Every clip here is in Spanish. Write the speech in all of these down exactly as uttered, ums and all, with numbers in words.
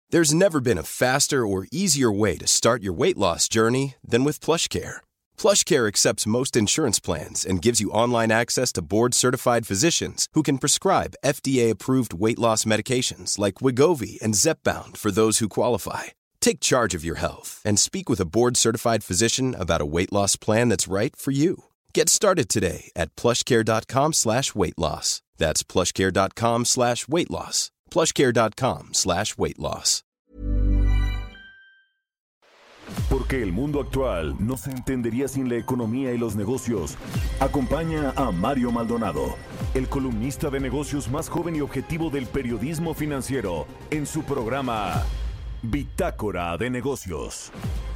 There's never been a faster or easier way to start your weight loss journey than with PlushCare. PlushCare accepts most insurance plans and gives you online access to board-certified physicians who can prescribe F D A-approved weight loss medications like Wegovy and Zepbound for those who qualify. Take charge of your health and speak with a board-certified physician about a weight loss plan that's right for you. Get started today at plushcare.com slash weight loss. That's plushcare.com slash weight loss. plushcare.com slash weight loss. Porque el mundo actual no se entendería sin la economía y los negocios. Acompaña a Mario Maldonado, el columnista de negocios más joven y objetivo del periodismo financiero, en su programa Bitácora de Negocios.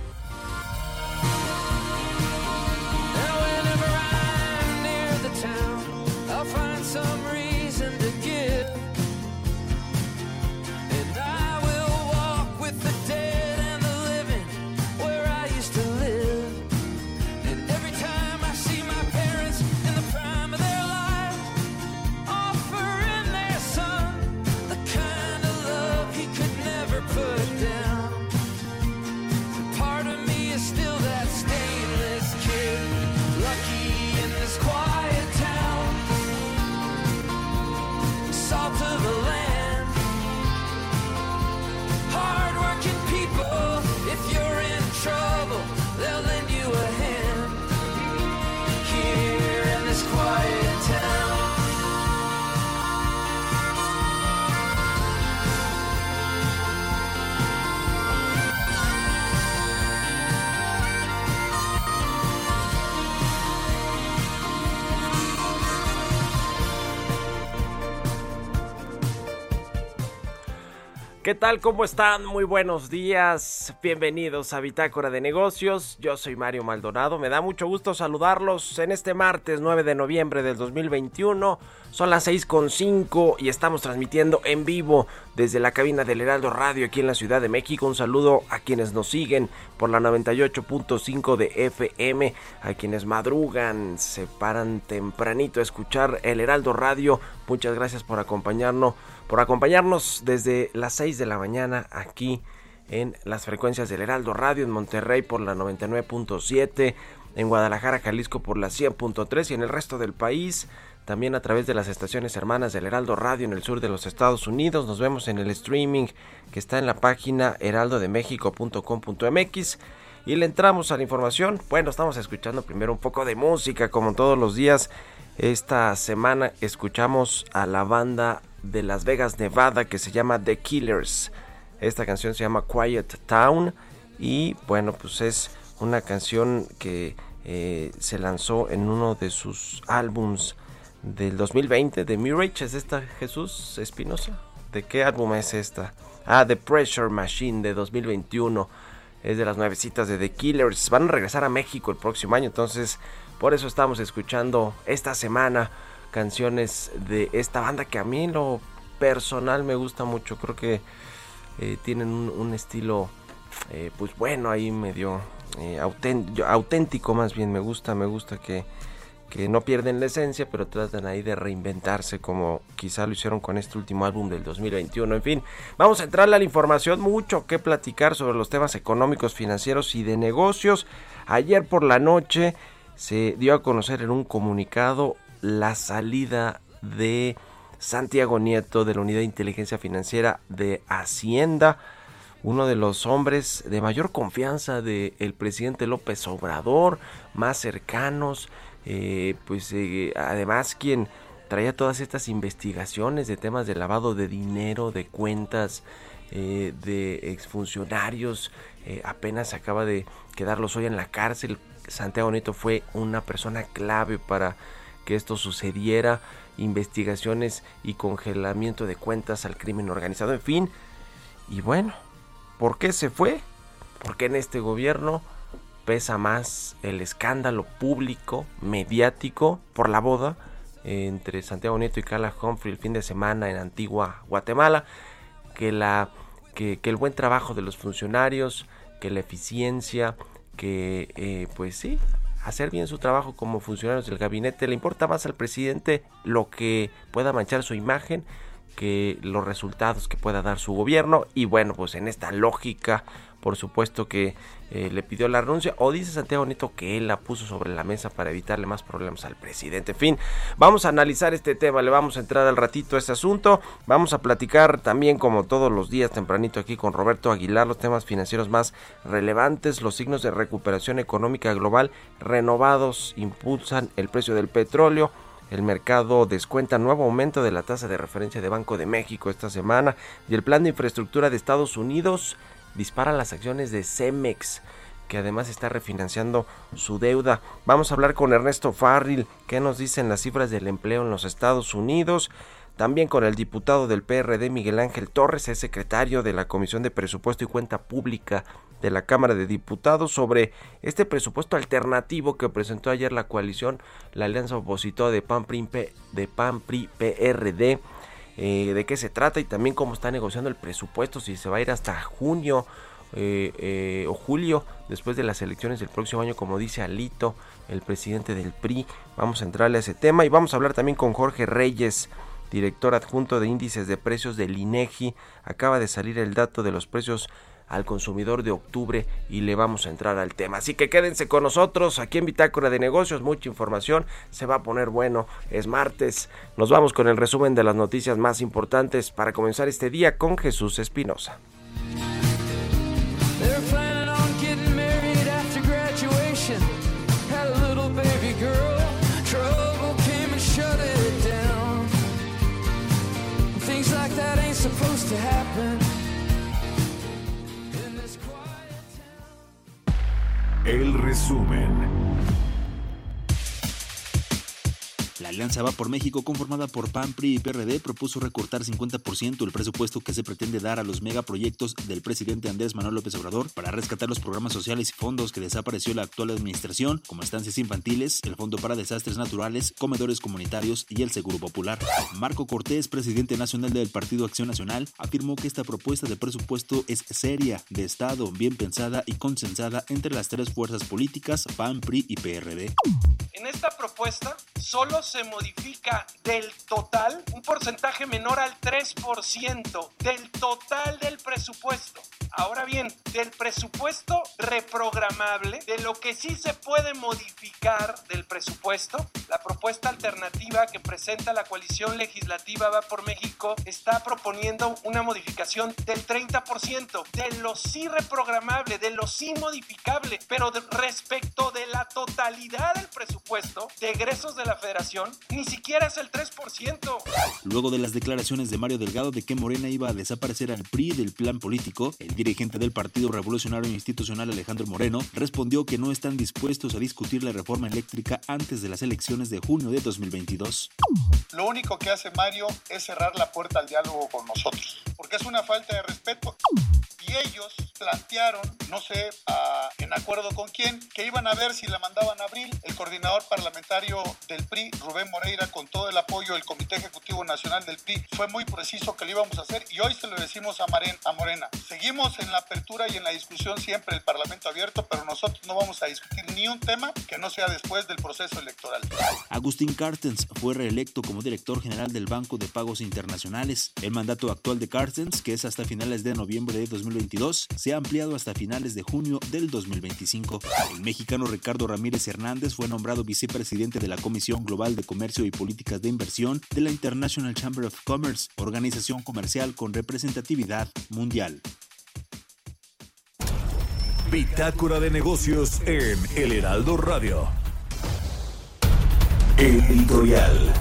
¿Qué tal? ¿Cómo están? Muy buenos días. Bienvenidos a Bitácora de Negocios. Yo soy Mario Maldonado. Me da mucho gusto saludarlos en este martes nueve de noviembre del dos mil veintiuno. Son las seis con cinco y estamos transmitiendo en vivo desde la cabina del Heraldo Radio aquí en la Ciudad de México. Un saludo a quienes nos siguen por la noventa y ocho punto cinco de F M, a quienes madrugan, se paran tempranito a escuchar el Heraldo Radio. Muchas gracias por acompañarnos. por acompañarnos desde las seis de la mañana aquí en las frecuencias del Heraldo Radio, en Monterrey por la noventa y nueve punto siete, en Guadalajara, Jalisco por la cien punto tres y en el resto del país también a través de las estaciones hermanas del Heraldo Radio en el sur de los Estados Unidos. Nos vemos en el streaming que está en la página heraldo de méxico punto com punto m x y le entramos a la información. Bueno, estamos escuchando primero un poco de música como todos los días. Esta semana escuchamos a la banda de Las Vegas, Nevada, que se llama The Killers. Esta canción se llama Quiet Town y bueno, pues es una canción que eh, se lanzó en uno de sus álbums del dos mil veinte de Mirage. ¿Es esta, Jesús Espinosa? ¿De qué álbum es esta? Ah, The Pressure Machine de dos mil veintiuno. Es de las nuevecitas de The Killers. Van a regresar a México el próximo año, entonces por eso estamos escuchando esta semana canciones de esta banda que a mí en lo personal me gusta mucho. Creo que eh, tienen un, un estilo eh, pues bueno, ahí medio eh, auténtico, auténtico más bien. Me gusta, me gusta que, que no pierden la esencia, pero tratan ahí de reinventarse como quizá lo hicieron con este último álbum del dos mil veintiuno. En fin, vamos a entrarle a la información, mucho que platicar sobre los temas económicos, financieros y de negocios. Ayer por la noche se dio a conocer en un comunicado la salida de Santiago Nieto de la Unidad de Inteligencia Financiera de Hacienda, uno de los hombres de mayor confianza del presidente López Obrador, más cercanos, eh, pues eh, además quien traía todas estas investigaciones de temas de lavado de dinero, de cuentas, eh, de exfuncionarios, eh, apenas acaba de quedarlos hoy en la cárcel. Santiago Nieto fue una persona clave para que esto sucediera, investigaciones y congelamiento de cuentas al crimen organizado, en fin. Y bueno, ¿por qué se fue? Porque en este gobierno pesa más el escándalo público, mediático, por la boda entre Santiago Nieto y Carla Humphrey el fin de semana en Antigua, Guatemala, que, la, que, que el buen trabajo de los funcionarios, que la eficiencia, que eh, pues sí, hacer bien su trabajo como funcionarios del gabinete. Le importa más al presidente lo que pueda manchar su imagen que los resultados que pueda dar su gobierno. Y bueno, pues en esta lógica, por supuesto que eh, le pidió la renuncia, o dice Santiago Nieto que él la puso sobre la mesa para evitarle más problemas al presidente. En fin, vamos a analizar este tema, le vamos a entrar al ratito a este asunto. Vamos a platicar también, como todos los días tempranito, aquí con Roberto Aguilar, los temas financieros más relevantes. Los signos de recuperación económica global renovados impulsan el precio del petróleo. El mercado descuenta nuevo aumento de la tasa de referencia de Banco de México esta semana, y el plan de infraestructura de Estados Unidos dispara las acciones de Cemex, que además está refinanciando su deuda. Vamos a hablar con Ernesto Farril, qué nos dicen las cifras del empleo en los Estados Unidos. También con el diputado del P R D, Miguel Ángel Torres, es secretario de la Comisión de Presupuesto y Cuenta Pública de la Cámara de Diputados, sobre este presupuesto alternativo que presentó ayer la coalición, la alianza opositora de P A N P R I, de P A N P R I P R D. Eh, de qué se trata y también cómo está negociando el presupuesto, si se va a ir hasta junio eh, eh, o julio, después de las elecciones del próximo año, como dice Alito, el presidente del P R I. Vamos a entrarle a ese tema y vamos a hablar también con Jorge Reyes, director adjunto de índices de precios del INEGI. Acaba de salir el dato de los precios al consumidor de octubre y le vamos a entrar al tema. Así que quédense con nosotros aquí en Bitácora de Negocios, mucha información, se va a poner bueno, es martes. Nos vamos con el resumen de las noticias más importantes para comenzar este día con Jesús Espinosa. El resumen. La Alianza Va por México, conformada por P A N P R I y P R D, propuso recortar cincuenta por ciento el presupuesto que se pretende dar a los megaproyectos del presidente Andrés Manuel López Obrador para rescatar los programas sociales y fondos que desapareció la actual administración, como estancias infantiles, el Fondo para Desastres Naturales, comedores comunitarios y el Seguro Popular. Marco Cortés, presidente nacional del Partido Acción Nacional, afirmó que esta propuesta de presupuesto es seria, de Estado, bien pensada y consensada entre las tres fuerzas políticas, P A N P R I y P R D. En esta propuesta solo se modifica del total un porcentaje menor al tres por ciento del total del presupuesto. Ahora bien, del presupuesto reprogramable, de lo que sí se puede modificar del presupuesto, la propuesta alternativa que presenta la coalición legislativa Va por México está proponiendo una modificación del treinta por ciento, de lo sí reprogramable, de lo sí modificable, pero de, respecto de la totalidad del presupuesto de egresos de la Federación, ni siquiera es el tres por ciento. Luego de las declaraciones de Mario Delgado de que Morena iba a desaparecer al P R I del plan político, el dirigente del Partido Revolucionario Institucional, Alejandro Moreno, respondió que no están dispuestos a discutir la reforma eléctrica antes de las elecciones de junio de dos mil veintidós. Lo único que hace Mario es cerrar la puerta al diálogo con nosotros, porque es una falta de respeto. Y ellos plantearon, no sé uh, en acuerdo con quién, que iban a ver si la mandaban a abril. El coordinador parlamentario del P R I, Rubén Moreira, con todo el apoyo del Comité Ejecutivo Nacional del P R I, fue muy preciso que lo íbamos a hacer, y hoy se lo decimos a, Maren, a Morena. Seguimos en la apertura y en la discusión siempre, el Parlamento abierto, pero nosotros no vamos a discutir ni un tema que no sea después del proceso electoral. Agustín Carstens fue reelecto como director general del Banco de Pagos Internacionales. El mandato actual de Carstens, que es hasta finales de noviembre de dos mil veintidós, se ha ampliado hasta finales de junio del dos mil veinticinco. El mexicano Ricardo Ramírez Hernández fue nombrado vicepresidente de la Comisión Global de Comercio y Políticas de Inversión de la International Chamber of Commerce, organización comercial con representatividad mundial. Bitácora de Negocios en El Heraldo Radio. El editorial.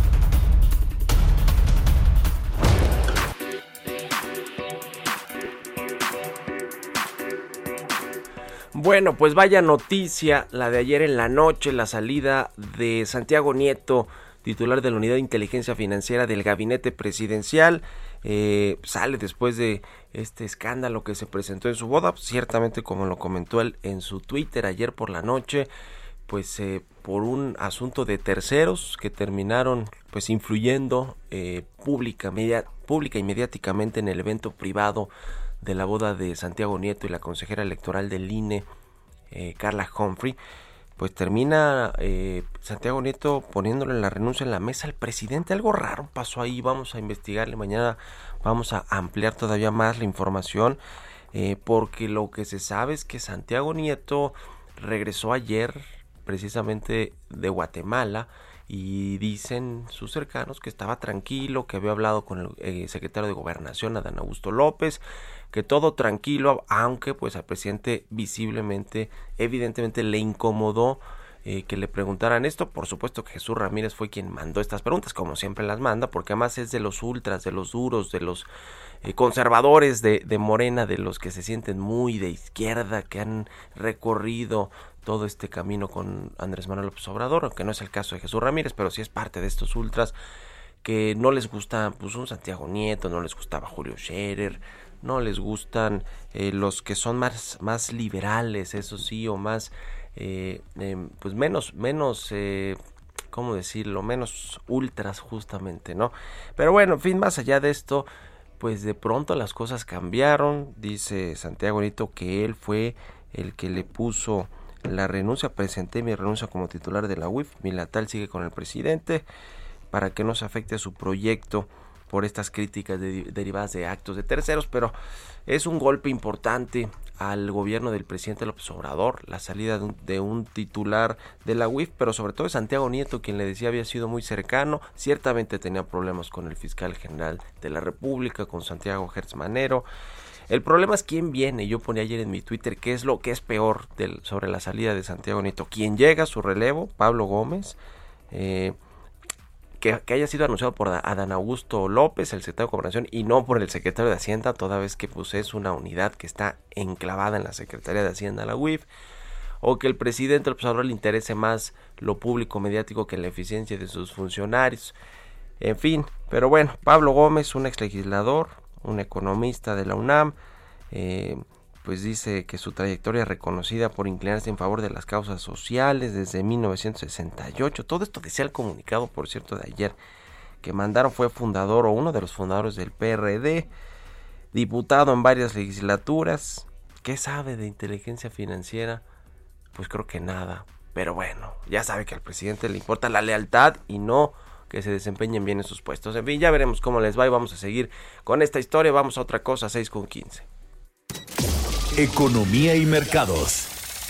Bueno, pues vaya noticia la de ayer en la noche, la salida de Santiago Nieto, titular de la Unidad de Inteligencia Financiera del Gabinete Presidencial. Eh, sale después de este escándalo que se presentó en su boda, ciertamente, como lo comentó él en su Twitter ayer por la noche, pues eh, por un asunto de terceros que terminaron pues influyendo eh, pública, media, pública y mediáticamente en el evento privado de la boda de Santiago Nieto y la consejera electoral del I N E, eh, Carla Humphrey. pues termina eh, Santiago Nieto poniéndole la renuncia en la mesa al presidente. Algo raro pasó ahí, vamos a investigarle, mañana vamos a ampliar todavía más la información, eh, porque lo que se sabe es que Santiago Nieto regresó ayer precisamente de Guatemala, y dicen sus cercanos que estaba tranquilo, que había hablado con el eh, secretario de Gobernación, Adán Augusto López, que todo tranquilo, aunque pues al presidente visiblemente, evidentemente le incomodó eh, que le preguntaran esto. Por supuesto que Jesús Ramírez fue quien mandó estas preguntas, como siempre las manda, porque además es de los ultras, de los duros, de los eh, conservadores de, de Morena, de los que se sienten muy de izquierda, que han recorrido todo este camino con Andrés Manuel López Obrador, aunque no es el caso de Jesús Ramírez, pero sí es parte de estos ultras que no les gusta pues un Santiago Nieto, no les gustaba Julio Scherer, no les gustan eh, los que son más, más liberales, eso sí, o más, eh, eh, pues menos, menos, eh, ¿cómo decirlo? Menos ultras justamente, ¿no? Pero bueno, en fin, más allá de esto, pues de pronto las cosas cambiaron. Dice Santiago Nieto que él fue el que le puso la renuncia. Presenté mi renuncia como titular de la U I F, mi latal sigue con el presidente para que no se afecte a su proyecto por estas críticas de, derivadas de actos de terceros, pero es un golpe importante al gobierno del presidente López Obrador, la salida de un, de un titular de la U I F, pero sobre todo de Santiago Nieto, quien le decía había sido muy cercano. Ciertamente tenía problemas con el fiscal general de la República, con Santiago Gertz Manero. El problema es quién viene. Yo ponía ayer en mi Twitter qué es lo que es peor del, sobre la salida de Santiago Nieto. ¿Quién llega a su relevo? Pablo Gómez, eh, que, que haya sido anunciado por Adán Augusto López, el secretario de Gobernación, y no por el secretario de Hacienda, toda vez que pues, es una unidad que está enclavada en la Secretaría de Hacienda, la U I F, o que el presidente López Obrador le interese más lo público mediático que la eficiencia de sus funcionarios. En fin, pero bueno, Pablo Gómez, un exlegislador, un economista de la UNAM, eh, pues dice que su trayectoria es reconocida por inclinarse en favor de las causas sociales desde mil novecientos sesenta y ocho. Todo esto decía el comunicado, por cierto, de ayer que mandaron. Fue fundador o uno de los fundadores del P R D, diputado en varias legislaturas. ¿Qué sabe de inteligencia financiera? Pues creo que nada, pero bueno, ya sabe que al presidente le importa la lealtad y no que se desempeñen bien en sus puestos. En fin, ya veremos cómo les va y vamos a seguir con esta historia. Vamos a otra cosa, seis con quince. Economía y mercados.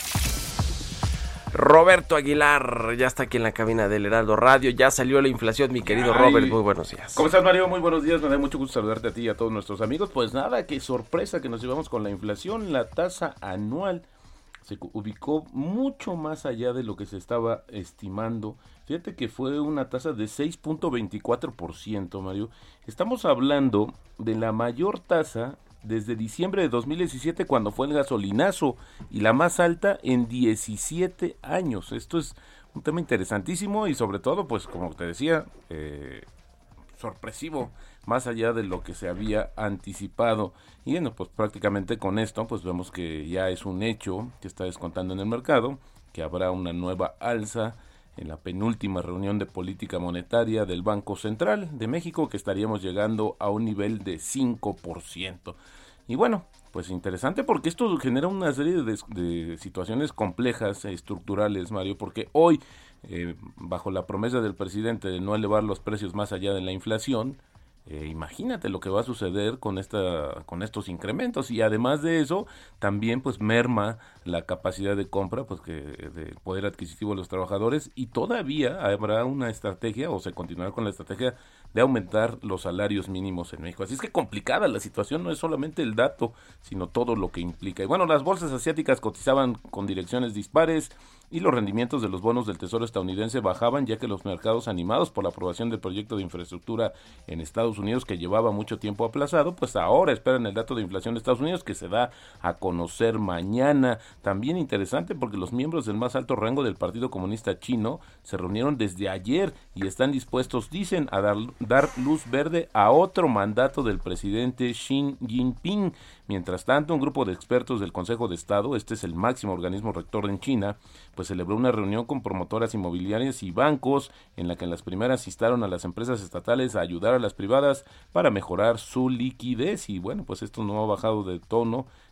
Roberto Aguilar ya está aquí en la cabina del Heraldo Radio. Ya salió la inflación, mi querido Ay, Robert. Muy buenos días. ¿Cómo estás, Mario? Muy buenos días. Me da mucho gusto saludarte a ti y a todos nuestros amigos. Pues nada, qué sorpresa que nos llevamos con la inflación. La tasa anual se ubicó mucho más allá de lo que se estaba estimando. Fíjate que fue una tasa de seis punto veinticuatro por ciento, Mario. Estamos hablando de la mayor tasa desde diciembre de dos mil diecisiete, cuando fue el gasolinazo, y la más alta en diecisiete años. Esto es un tema interesantísimo y sobre todo, pues como te decía, eh, sorpresivo, más allá de lo que se había anticipado. Y bueno, pues prácticamente con esto, pues vemos que ya es un hecho que está descontando en el mercado, que habrá una nueva alza en la penúltima reunión de política monetaria del Banco Central de México, que estaríamos llegando a un nivel de cinco por ciento. Y bueno, pues interesante porque esto genera una serie de, de situaciones complejas e estructurales, Mario, porque hoy, eh, bajo la promesa del presidente de no elevar los precios más allá de la inflación, Eh, imagínate lo que va a suceder con esta con estos incrementos, y además de eso también pues merma la capacidad de compra, pues que de poder adquisitivo de los trabajadores, y todavía habrá una estrategia o se continuará con la estrategia de aumentar los salarios mínimos en México. Así es que complicada la situación, no es solamente el dato, sino todo lo que implica. Y bueno, las bolsas asiáticas cotizaban con direcciones dispares y los rendimientos de los bonos del Tesoro estadounidense bajaban, ya que los mercados, animados por la aprobación del proyecto de infraestructura en Estados Unidos, que llevaba mucho tiempo aplazado, pues ahora esperan el dato de inflación de Estados Unidos, que se da a conocer mañana. También interesante porque los miembros del más alto rango del Partido Comunista Chino se reunieron desde ayer y están dispuestos, dicen, a dar, dar luz verde a otro mandato del presidente Xi Jinping. Mientras tanto, un grupo de expertos del Consejo de Estado, este es el máximo organismo rector en China, pues celebró una reunión con promotoras inmobiliarias y bancos, en la que en las primeras instaron a las empresas estatales a ayudar a las privadas para mejorar su liquidez. Y bueno, pues esto no ha bajado de tono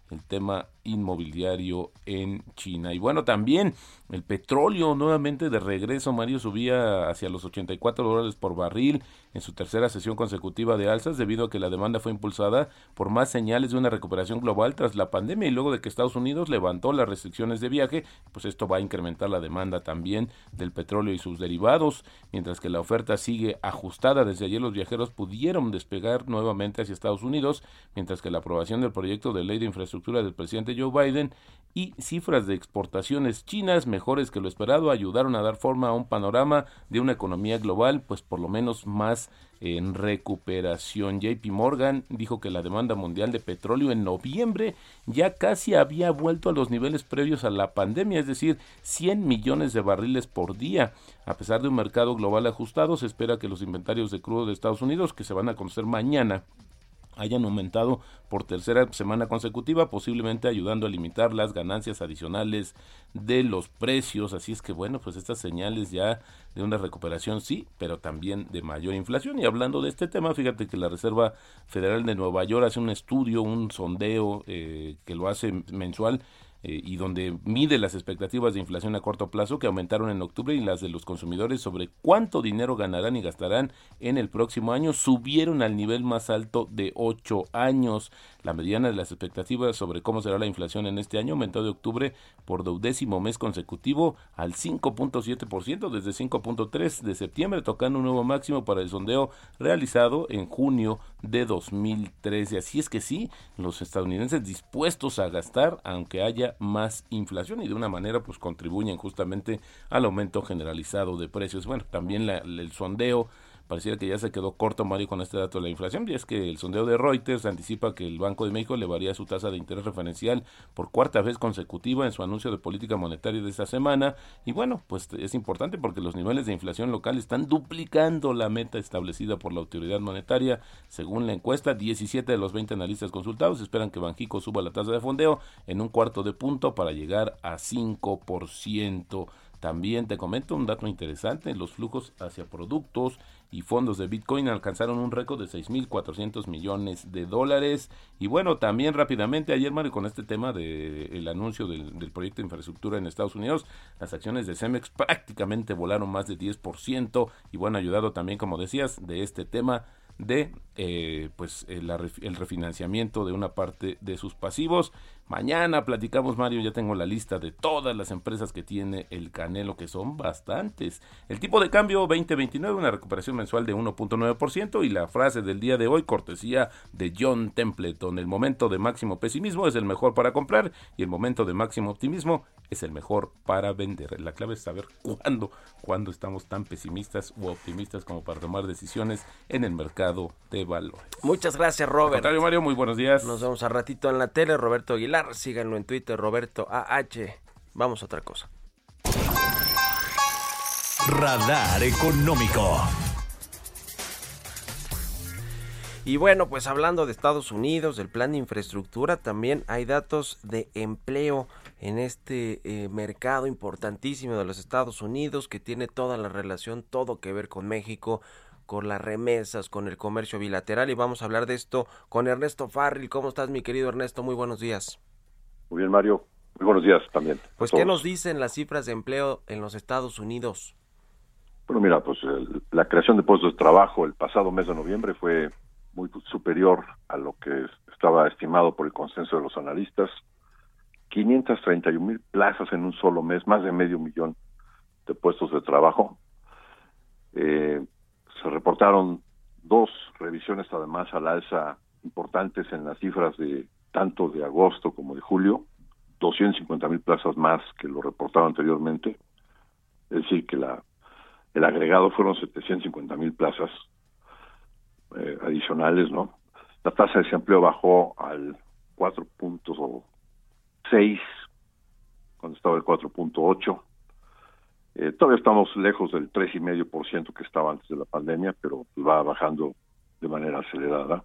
el tema inmobiliario en China. Y bueno, también el petróleo nuevamente de regreso, Mario, subía hacia los ochenta y cuatro dólares por barril en su tercera sesión consecutiva de alzas, debido a que la demanda fue impulsada por más señales de una recuperación global tras la pandemia y luego de que Estados Unidos levantó las restricciones de viaje, pues esto va a incrementar la demanda también del petróleo y sus derivados. Mientras que la oferta sigue ajustada, desde ayer los viajeros pudieron despegar nuevamente hacia Estados Unidos, mientras que la aprobación del proyecto de ley de infraestructura del presidente Joe Biden y cifras de exportaciones chinas mejores que lo esperado ayudaron a dar forma a un panorama de una economía global, pues por lo menos más en recuperación. J P Morgan dijo que la demanda mundial de petróleo en noviembre ya casi había vuelto a los niveles previos a la pandemia, es decir, cien millones de barriles por día. A pesar de un mercado global ajustado, se espera que los inventarios de crudo de Estados Unidos, que se van a conocer mañana, hayan aumentado por tercera semana consecutiva, posiblemente ayudando a limitar las ganancias adicionales de los precios. Así es que bueno, pues estas señales ya de una recuperación sí, pero también de mayor inflación. Y hablando de este tema, fíjate que la Reserva Federal de Nueva York hace un estudio, un sondeo eh, que lo hace mensual, Eh, y donde mide las expectativas de inflación a corto plazo que aumentaron en octubre y las de los consumidores sobre cuánto dinero ganarán y gastarán en el próximo año subieron al nivel más alto de ocho años. La mediana de las expectativas sobre cómo será la inflación en este año aumentó de octubre por duodécimo mes consecutivo al cinco punto siete por ciento desde cinco punto tres por ciento de septiembre, tocando un nuevo máximo para el sondeo realizado en junio de dos mil trece. Así es que sí, los estadounidenses dispuestos a gastar aunque haya más inflación, y de una manera pues contribuyen justamente al aumento generalizado de precios. Bueno, también la, el sondeo pareciera que ya se quedó corto, Mario, con este dato de la inflación, y es que el sondeo de Reuters anticipa que el Banco de México elevaría su tasa de interés referencial por cuarta vez consecutiva en su anuncio de política monetaria de esta semana. Y bueno, pues es importante porque los niveles de inflación local están duplicando la meta establecida por la autoridad monetaria. Según la encuesta, diecisiete de los veinte analistas consultados esperan que Banxico suba la tasa de fondeo en un cuarto de punto para llegar a cinco por ciento. También te comento un dato interesante: los flujos hacia productos y fondos de Bitcoin alcanzaron un récord de seis mil cuatrocientos millones de dólares. Y bueno, también rápidamente, ayer, Mario, con este tema del de anuncio del, del proyecto de infraestructura en Estados Unidos, las acciones de Cemex prácticamente volaron más de diez por ciento, y bueno, ayudado también, como decías, de este tema de eh, pues el, el refinanciamiento de una parte de sus pasivos. Mañana platicamos, Mario, ya tengo la lista de todas las empresas que tiene el Canelo, que son bastantes. El tipo de cambio veinte veintinueve, una recuperación mensual de uno punto nueve por ciento, y la frase del día de hoy, cortesía de John Templeton: el momento de máximo pesimismo es el mejor para comprar y el momento de máximo optimismo es el mejor para vender. La clave es saber cuándo, cuándo estamos tan pesimistas u optimistas como para tomar decisiones en el mercado de valores. Muchas gracias, Robert. Al contrario, Mario, muy buenos días. Nos vemos al ratito en la tele. Roberto Aguilar, síganlo en Twitter, Roberto A H. Vamos a otra cosa. Radar Económico. Y bueno, pues hablando de Estados Unidos, del plan de infraestructura, también hay datos de empleo en este eh, mercado importantísimo de los Estados Unidos, que tiene toda la relación, todo que ver con México, con las remesas, con el comercio bilateral, y vamos a hablar de esto con Ernesto Farril. ¿Cómo estás, mi querido Ernesto? Muy buenos días. Muy bien, Mario. Muy buenos días también. Pues, ¿qué nos dicen las cifras de empleo en los Estados Unidos? Bueno, mira, pues el, la creación de puestos de trabajo el pasado mes de noviembre fue muy superior a lo que estaba estimado por el consenso de los analistas. quinientas treinta y un mil plazas en un solo mes, más de medio millón de puestos de trabajo. Eh, se reportaron dos revisiones además al alza importantes en las cifras de tanto de agosto como de julio, doscientas cincuenta mil plazas más que lo reportado anteriormente. Es decir, que la el agregado fueron setecientas cincuenta mil plazas eh, adicionales, ¿no? La tasa de desempleo bajó al cuatro punto seis, cuando estaba el cuatro punto ocho. Eh, todavía estamos lejos del tres coma cinco por ciento que estaba antes de la pandemia, pero va bajando de manera acelerada.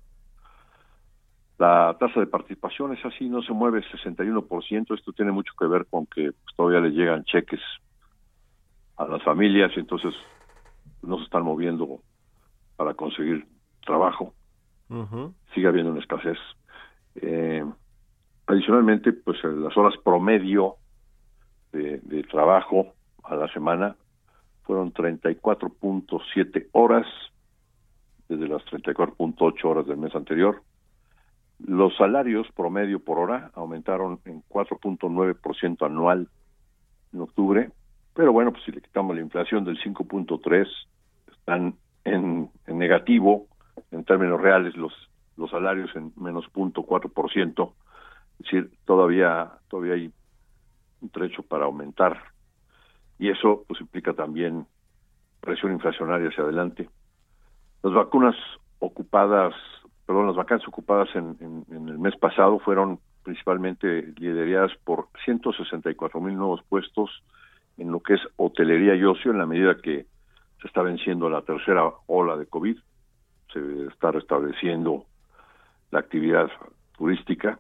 La tasa de participación es así, no se mueve, sesenta y uno por ciento. Esto tiene mucho que ver con que pues, todavía le llegan cheques a las familias y entonces no se están moviendo para conseguir trabajo. Uh-huh. Sigue habiendo una escasez. Eh, Adicionalmente, pues las horas promedio de, de trabajo a la semana fueron treinta y cuatro punto siete horas, desde las treinta y cuatro punto ocho horas del mes anterior. Los salarios promedio por hora aumentaron en cuatro punto nueve por ciento anual en octubre, pero bueno, pues si le quitamos la inflación del cinco punto tres, están en, en negativo, en términos reales, los, los salarios en menos cero punto cuatro por ciento, es decir, todavía, todavía hay un trecho para aumentar, y eso pues implica también presión inflacionaria hacia adelante. Las vacunas ocupadas, perdón, las vacantes ocupadas en, en, en el mes pasado fueron principalmente lideradas por ciento sesenta y cuatro mil nuevos puestos en lo que es hotelería y ocio, en la medida que se está venciendo la tercera ola de COVID, se está restableciendo la actividad turística.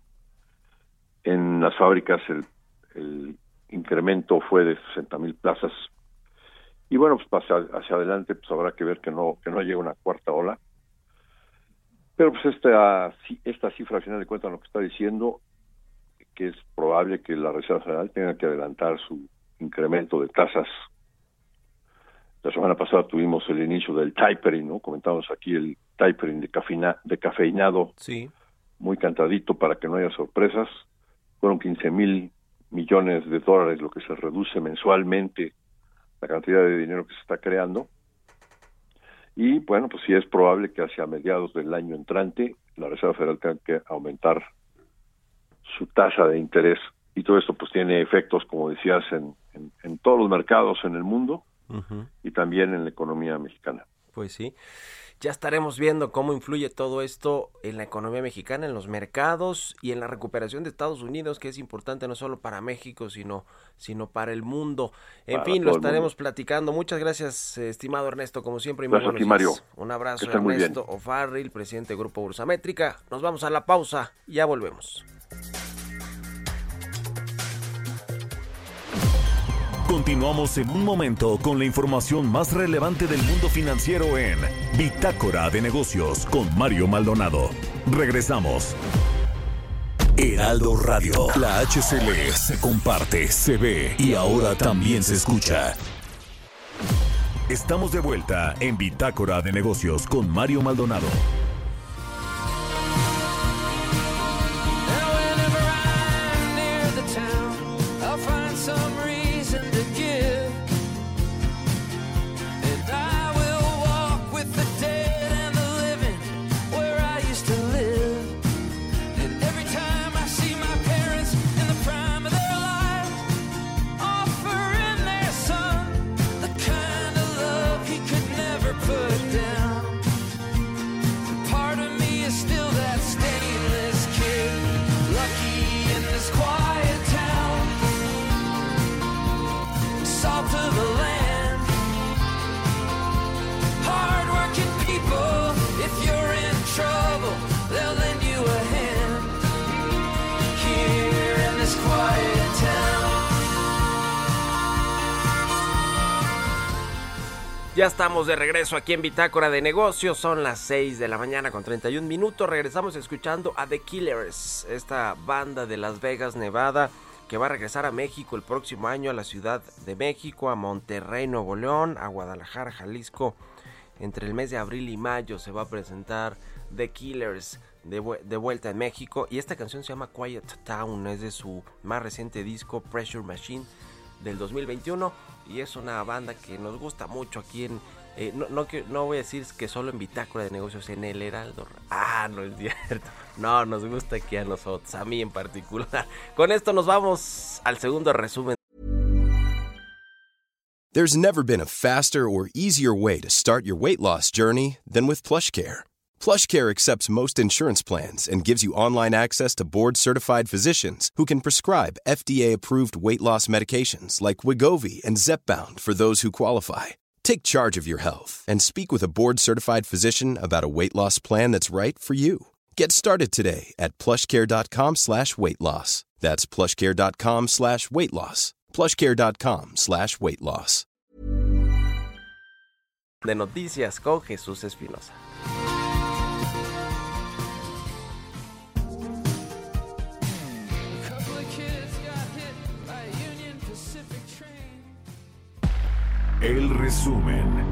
En las fábricas el, el incremento fue de sesenta mil plazas, y bueno, pues hacia, hacia adelante pues habrá que ver que no que no llegue una cuarta ola. Pero pues esta, esta cifra al final de cuentas lo que está diciendo que es probable que la Reserva Federal tenga que adelantar su incremento de tasas. La semana pasada tuvimos el inicio del tapering, ¿no? Comentamos aquí el tapering de, cafeina, de cafeinado, sí, muy cantadito para que no haya sorpresas. Fueron quince mil millones de dólares lo que se reduce mensualmente la cantidad de dinero que se está creando. Y bueno, pues sí es probable que hacia mediados del año entrante la Reserva Federal tenga que aumentar su tasa de interés, y todo esto pues tiene efectos, como decías, en, en, en todos los mercados en el mundo, uh-huh, y también en la economía mexicana. Pues sí, ya estaremos viendo cómo influye todo esto en la economía mexicana, en los mercados y en la recuperación de Estados Unidos, que es importante no solo para México, sino, sino para el mundo. En para fin, lo estaremos platicando. Muchas gracias, estimado Ernesto, como siempre. Y gracias a ti, Mario. Un abrazo, Ernesto O'Farrill, presidente del Grupo Bursamétrica. Nos vamos a la pausa y ya volvemos. Continuamos en un momento con la información más relevante del mundo financiero en Bitácora de Negocios con Mario Maldonado. Regresamos. Heraldo Radio, la H C L se comparte, se ve y ahora también se escucha. Estamos de vuelta en Bitácora de Negocios con Mario Maldonado. Ya estamos de regreso aquí en Bitácora de Negocios, son las seis de la mañana con treinta y un minutos, regresamos escuchando a The Killers, esta banda de Las Vegas, Nevada, que va a regresar a México el próximo año, a la Ciudad de México, a Monterrey, Nuevo León, a Guadalajara, Jalisco. Entre el mes de abril y mayo se va a presentar The Killers de, vu- de vuelta en México, y esta canción se llama Quiet Town, es de su más reciente disco Pressure Machine del dos mil veintiuno, y es una banda que nos gusta mucho aquí en, eh, no, no, que, no voy a decir que solo en Bitácora de Negocios, en el Heraldo. Ah, no es cierto, no, nos gusta aquí a nosotros, a mí en particular. Con esto nos vamos al segundo resumen. There's never been a faster or easier way to start your weight loss journey than with PlushCare. PlushCare accepts most insurance plans and gives you online access to board-certified physicians who can prescribe F D A-approved weight loss medications like Wegovy and Zepbound for those who qualify. Take charge of your health and speak with a board-certified physician about a weight loss plan that's right for you. Get started today at plushcare.com slash weight loss. That's plushcare.com slash weight loss. plushcare.com slash weight loss. De noticias con Jesús Espinosa. El resumen.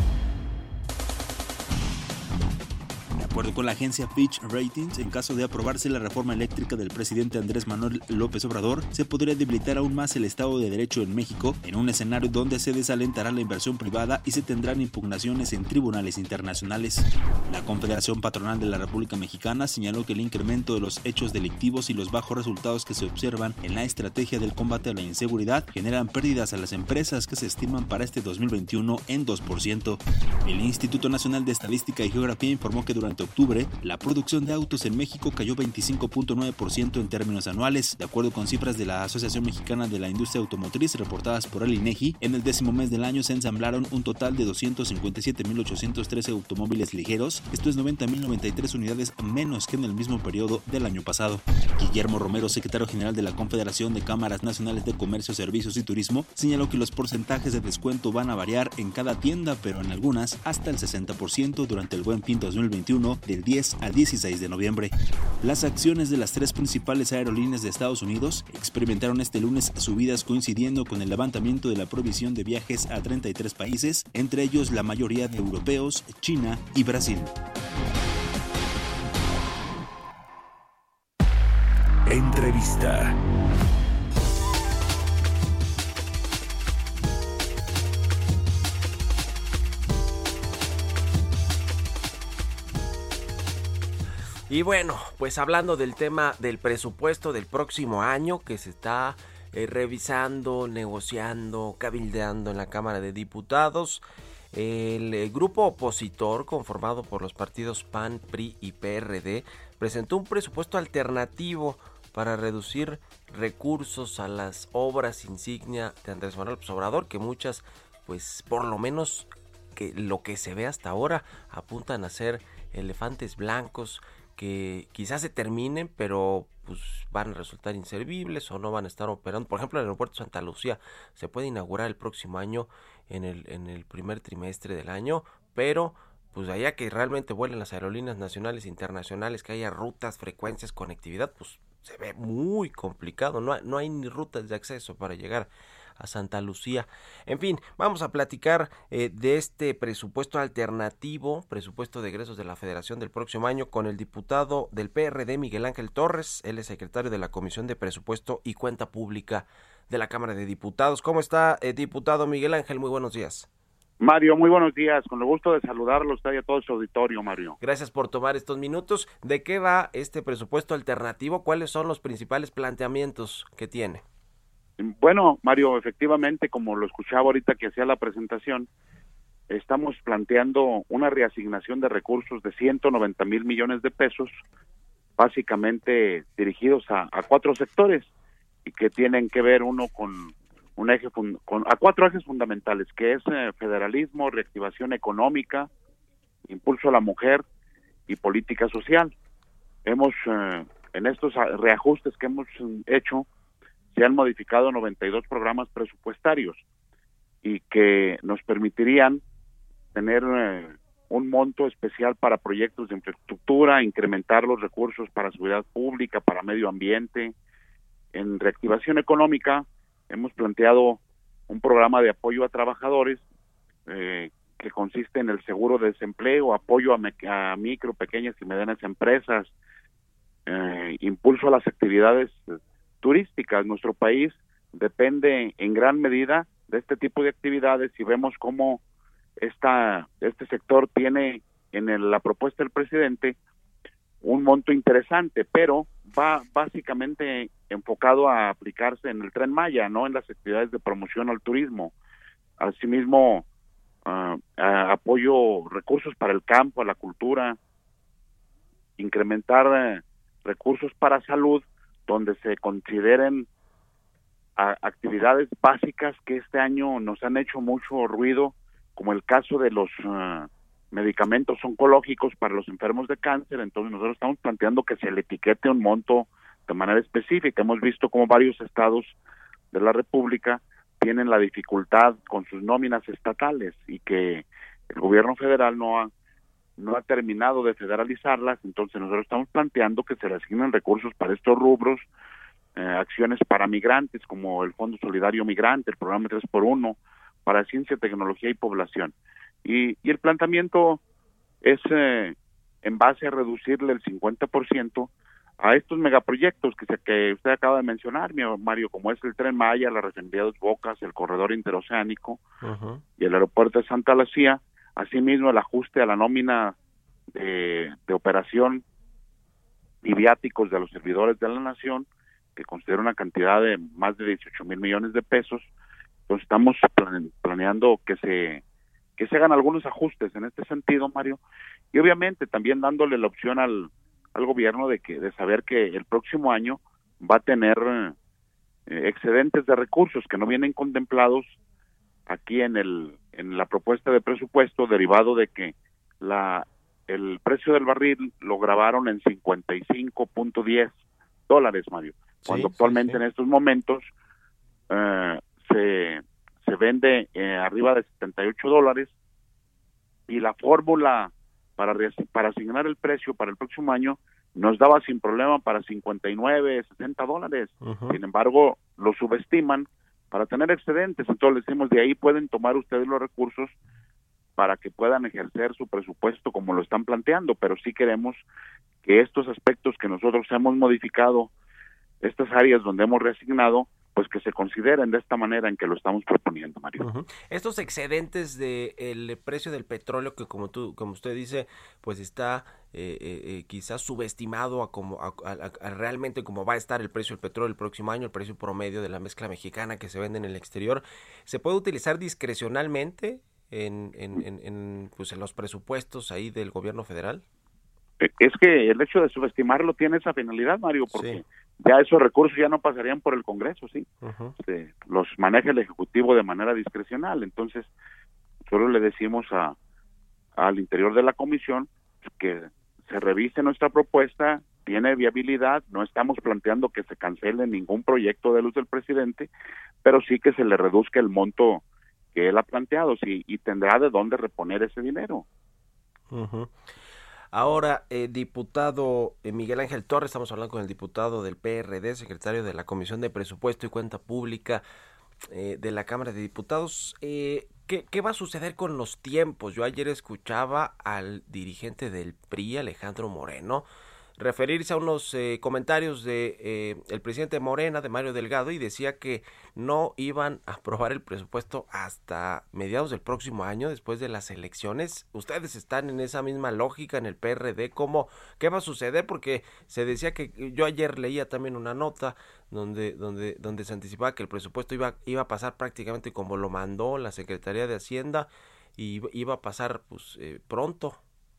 De acuerdo con la agencia Fitch Ratings, en caso de aprobarse la reforma eléctrica del presidente Andrés Manuel López Obrador, se podría debilitar aún más el Estado de Derecho en México, en un escenario donde se desalentará la inversión privada y se tendrán impugnaciones en tribunales internacionales. La Confederación Patronal de la República Mexicana señaló que el incremento de los hechos delictivos y los bajos resultados que se observan en la estrategia del combate a la inseguridad generan pérdidas a las empresas que se estiman para este dos mil veintiuno en dos por ciento. El Instituto Nacional de Estadística y Geografía informó que durante octubre, la producción de autos en México cayó veinticinco punto nueve por ciento en términos anuales, de acuerdo con cifras de la Asociación Mexicana de la Industria Automotriz reportadas por el INEGI. En el décimo mes del año se ensamblaron un total de doscientos cincuenta y siete mil ochocientos trece automóviles ligeros, esto es noventa mil noventa y tres unidades menos que en el mismo periodo del año pasado. Guillermo Romero, secretario general de la Confederación de Cámaras Nacionales de Comercio, Servicios y Turismo, señaló que los porcentajes de descuento van a variar en cada tienda, pero en algunas hasta el sesenta por ciento durante el Buen Fin dos mil veintiuno, del diez al dieciséis de noviembre. Las acciones de las tres principales aerolíneas de Estados Unidos experimentaron este lunes subidas coincidiendo con el levantamiento de la prohibición de viajes a treinta y tres países, entre ellos la mayoría de europeos, China y Brasil. Entrevista. Y bueno, pues hablando del tema del presupuesto del próximo año que se está eh, revisando, negociando, cabildeando en la Cámara de Diputados, el eh, grupo opositor conformado por los partidos P A N, P R I y P R D presentó un presupuesto alternativo para reducir recursos a las obras insignia de Andrés Manuel López Obrador, que muchas, pues por lo menos que lo que se ve hasta ahora, apuntan a ser elefantes blancos que quizás se terminen, pero pues van a resultar inservibles o no van a estar operando. Por ejemplo, el aeropuerto de Santa Lucía se puede inaugurar el próximo año en el, en el primer trimestre del año, pero pues allá que realmente vuelen las aerolíneas nacionales e internacionales, que haya rutas, frecuencias, conectividad, pues se ve muy complicado. No hay, no hay ni rutas de acceso para llegar a Santa Lucía. En fin, vamos a platicar eh, de este presupuesto alternativo, presupuesto de egresos de la Federación del próximo año, con el diputado del P R D, Miguel Ángel Torres. Él es secretario de la Comisión de Presupuesto y Cuenta Pública de la Cámara de Diputados. ¿Cómo está, eh, diputado Miguel Ángel? Muy buenos días. Mario, muy buenos días. Con el gusto de saludarlo a usted y a todo su auditorio, Mario. Gracias por tomar estos minutos. ¿De qué va este presupuesto alternativo? ¿Cuáles son los principales planteamientos que tiene? Bueno, Mario, efectivamente, como lo escuchaba ahorita que hacía la presentación, estamos planteando una reasignación de recursos de ciento noventa mil millones de pesos, básicamente dirigidos a, a cuatro sectores y que tienen que ver uno con un eje fun, con a cuatro ejes fundamentales, que es eh, federalismo, reactivación económica, impulso a la mujer y política social. Hemos eh, en estos reajustes que hemos hecho se han modificado noventa y dos programas presupuestarios y que nos permitirían tener eh, un monto especial para proyectos de infraestructura, incrementar los recursos para seguridad pública, para medio ambiente. En reactivación económica hemos planteado un programa de apoyo a trabajadores eh, que consiste en el seguro de desempleo, apoyo a, me- a micro, pequeñas y medianas empresas, eh, impulso a las actividades turísticas. Nuestro país depende en gran medida de este tipo de actividades y vemos cómo esta, este sector tiene en el, la propuesta del presidente un monto interesante, pero va básicamente enfocado a aplicarse en el Tren Maya, no en las actividades de promoción al turismo. Asimismo, uh, a apoyo, recursos para el campo, a la cultura, incrementar uh, recursos para salud, donde se consideren a, actividades básicas que este año nos han hecho mucho ruido, como el caso de los uh, medicamentos oncológicos para los enfermos de cáncer. Entonces nosotros estamos planteando que se le etiquete un monto de manera específica. Hemos visto cómo varios estados de la República tienen la dificultad con sus nóminas estatales y que el gobierno federal no ha no ha terminado de federalizarlas. Entonces nosotros estamos planteando que se le asignen recursos para estos rubros, eh, acciones para migrantes como el Fondo Solidario Migrante, el programa tres por uno, para ciencia, tecnología y población. Y, y el planteamiento es eh, en base a reducirle el cincuenta por ciento a estos megaproyectos que, se, que usted acaba de mencionar, Mario, como es el Tren Maya, la refinería de Dos Bocas, el corredor interoceánico uh-huh. y el aeropuerto de Santa Lucía, asimismo el ajuste a la nómina de, de operación y viáticos de los servidores de la nación, que considera una cantidad de más de dieciocho mil millones de pesos. Entonces estamos plane, planeando que se que se hagan algunos ajustes en este sentido, Mario, y obviamente también dándole la opción al al gobierno de que de saber que el próximo año va a tener eh, excedentes de recursos que no vienen contemplados aquí en el en la propuesta de presupuesto, derivado de que la el precio del barril lo grabaron en cincuenta y cinco punto diez dólares, Mario, cuando sí, actualmente sí, sí. en estos momentos eh, se se vende eh, arriba de setenta y ocho dólares, y la fórmula para para asignar el precio para el próximo año nos daba sin problema para cincuenta y nueve, sesenta dólares. Uh-huh. Sin embargo, lo subestiman para tener excedentes. Entonces les decimos, de ahí pueden tomar ustedes los recursos para que puedan ejercer su presupuesto como lo están planteando, pero sí queremos que estos aspectos que nosotros hemos modificado, estas áreas donde hemos reasignado, pues que se consideren de esta manera en que lo estamos proponiendo, Mario. Uh-huh. Estos excedentes del precio del petróleo, que como tú, como usted dice, pues está eh, eh, quizás subestimado a como a, a, a realmente como va a estar el precio del petróleo el próximo año, el precio promedio de la mezcla mexicana que se vende en el exterior, ¿se puede utilizar discrecionalmente en, en, en, en, pues en los presupuestos ahí del gobierno federal? Es que el hecho de subestimarlo tiene esa finalidad, Mario, porque sí. ya esos recursos ya no pasarían por el Congreso, ¿sí? Uh-huh. Se, los maneja el Ejecutivo de manera discrecional. Entonces, solo le decimos a al interior de la comisión que se revise nuestra propuesta, tiene viabilidad, no estamos planteando que se cancele ningún proyecto de luz del presidente, pero sí que se le reduzca el monto que él ha planteado, sí, y tendrá de dónde reponer ese dinero. Uh-huh. Ahora, eh, diputado eh, Miguel Ángel Torres, estamos hablando con el diputado del P R D, secretario de la Comisión de Presupuesto y Cuenta Pública eh, de la Cámara de Diputados. Eh, ¿qué, ¿Qué va a suceder con los tiempos? Yo ayer escuchaba al dirigente del P R I, Alejandro Moreno, referirse a unos eh, comentarios de eh, el presidente Morena, de Mario Delgado, y decía que no iban a aprobar el presupuesto hasta mediados del próximo año, después de las elecciones. ¿Ustedes están en esa misma lógica en el P R D? ¿Cómo, qué va a suceder? Porque se decía que, yo ayer leía también una nota donde donde donde se anticipaba que el presupuesto iba iba a pasar prácticamente como lo mandó la Secretaría de Hacienda, y iba a pasar pues eh, pronto.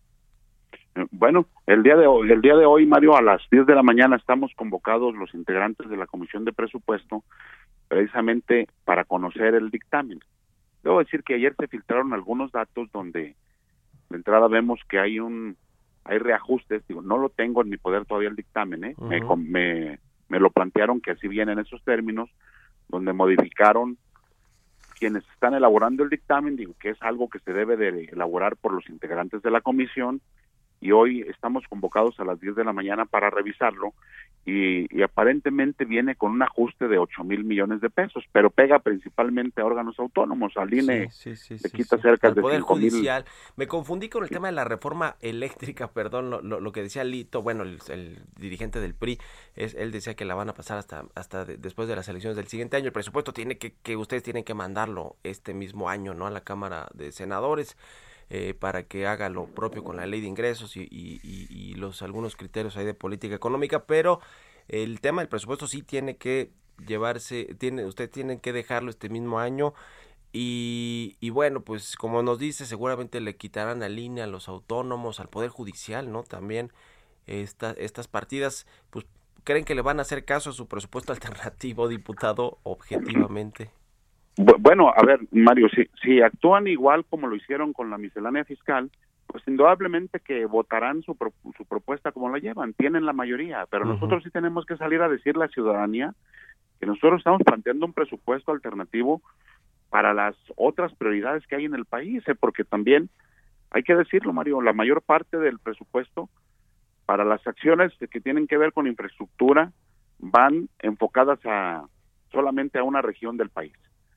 Bueno, el día de hoy, el día de hoy, Mario, a las diez de la mañana estamos convocados los integrantes de la Comisión de Presupuesto precisamente para conocer el dictamen. Debo decir que ayer se filtraron algunos datos donde de entrada vemos que hay un hay reajustes. Digo, no lo tengo en mi poder todavía el dictamen, ¿eh? Uh-huh. me, me, me lo plantearon que así vienen esos términos, donde modificaron quienes están elaborando el dictamen, digo que es algo que se debe de elaborar por los integrantes de la comisión, y hoy estamos convocados a las diez de la mañana para revisarlo, y, y aparentemente viene con un ajuste de ocho mil millones de pesos, pero pega principalmente a órganos autónomos. Al I N E sí, sí, sí, le quita sí, cerca sí. de Poder cinco mil. Judicial. Me confundí con el sí. tema de la reforma eléctrica, perdón, lo, lo, lo que decía Lito, bueno, el, el dirigente del P R I, es, él decía que la van a pasar hasta hasta de, después de las elecciones del siguiente año. El presupuesto tiene que, que ustedes tienen que mandarlo este mismo año, ¿no?, a la Cámara de Senadores. Eh, para que haga lo propio con la ley de ingresos y, y, y, y los algunos criterios ahí de política económica, pero el tema del presupuesto sí tiene que llevarse, tiene, ustedes tienen que dejarlo este mismo año, y, y bueno, pues como nos dice, seguramente le quitarán a línea a los autónomos, al Poder Judicial, ¿no? También esta, estas partidas, pues ¿creen que le van a hacer caso a su presupuesto alternativo, diputado, objetivamente? Bueno, a ver, Mario, si, si actúan igual como lo hicieron con la miscelánea fiscal, pues indudablemente que votarán su, pro, su propuesta como la llevan, tienen la mayoría, pero uh-huh. nosotros sí tenemos que salir a decirle a la ciudadanía que nosotros estamos planteando un presupuesto alternativo para las otras prioridades que hay en el país, ¿eh? Porque también, hay que decirlo, Mario, la mayor parte del presupuesto para las acciones que tienen que ver con infraestructura van enfocadas a solamente a una región del país.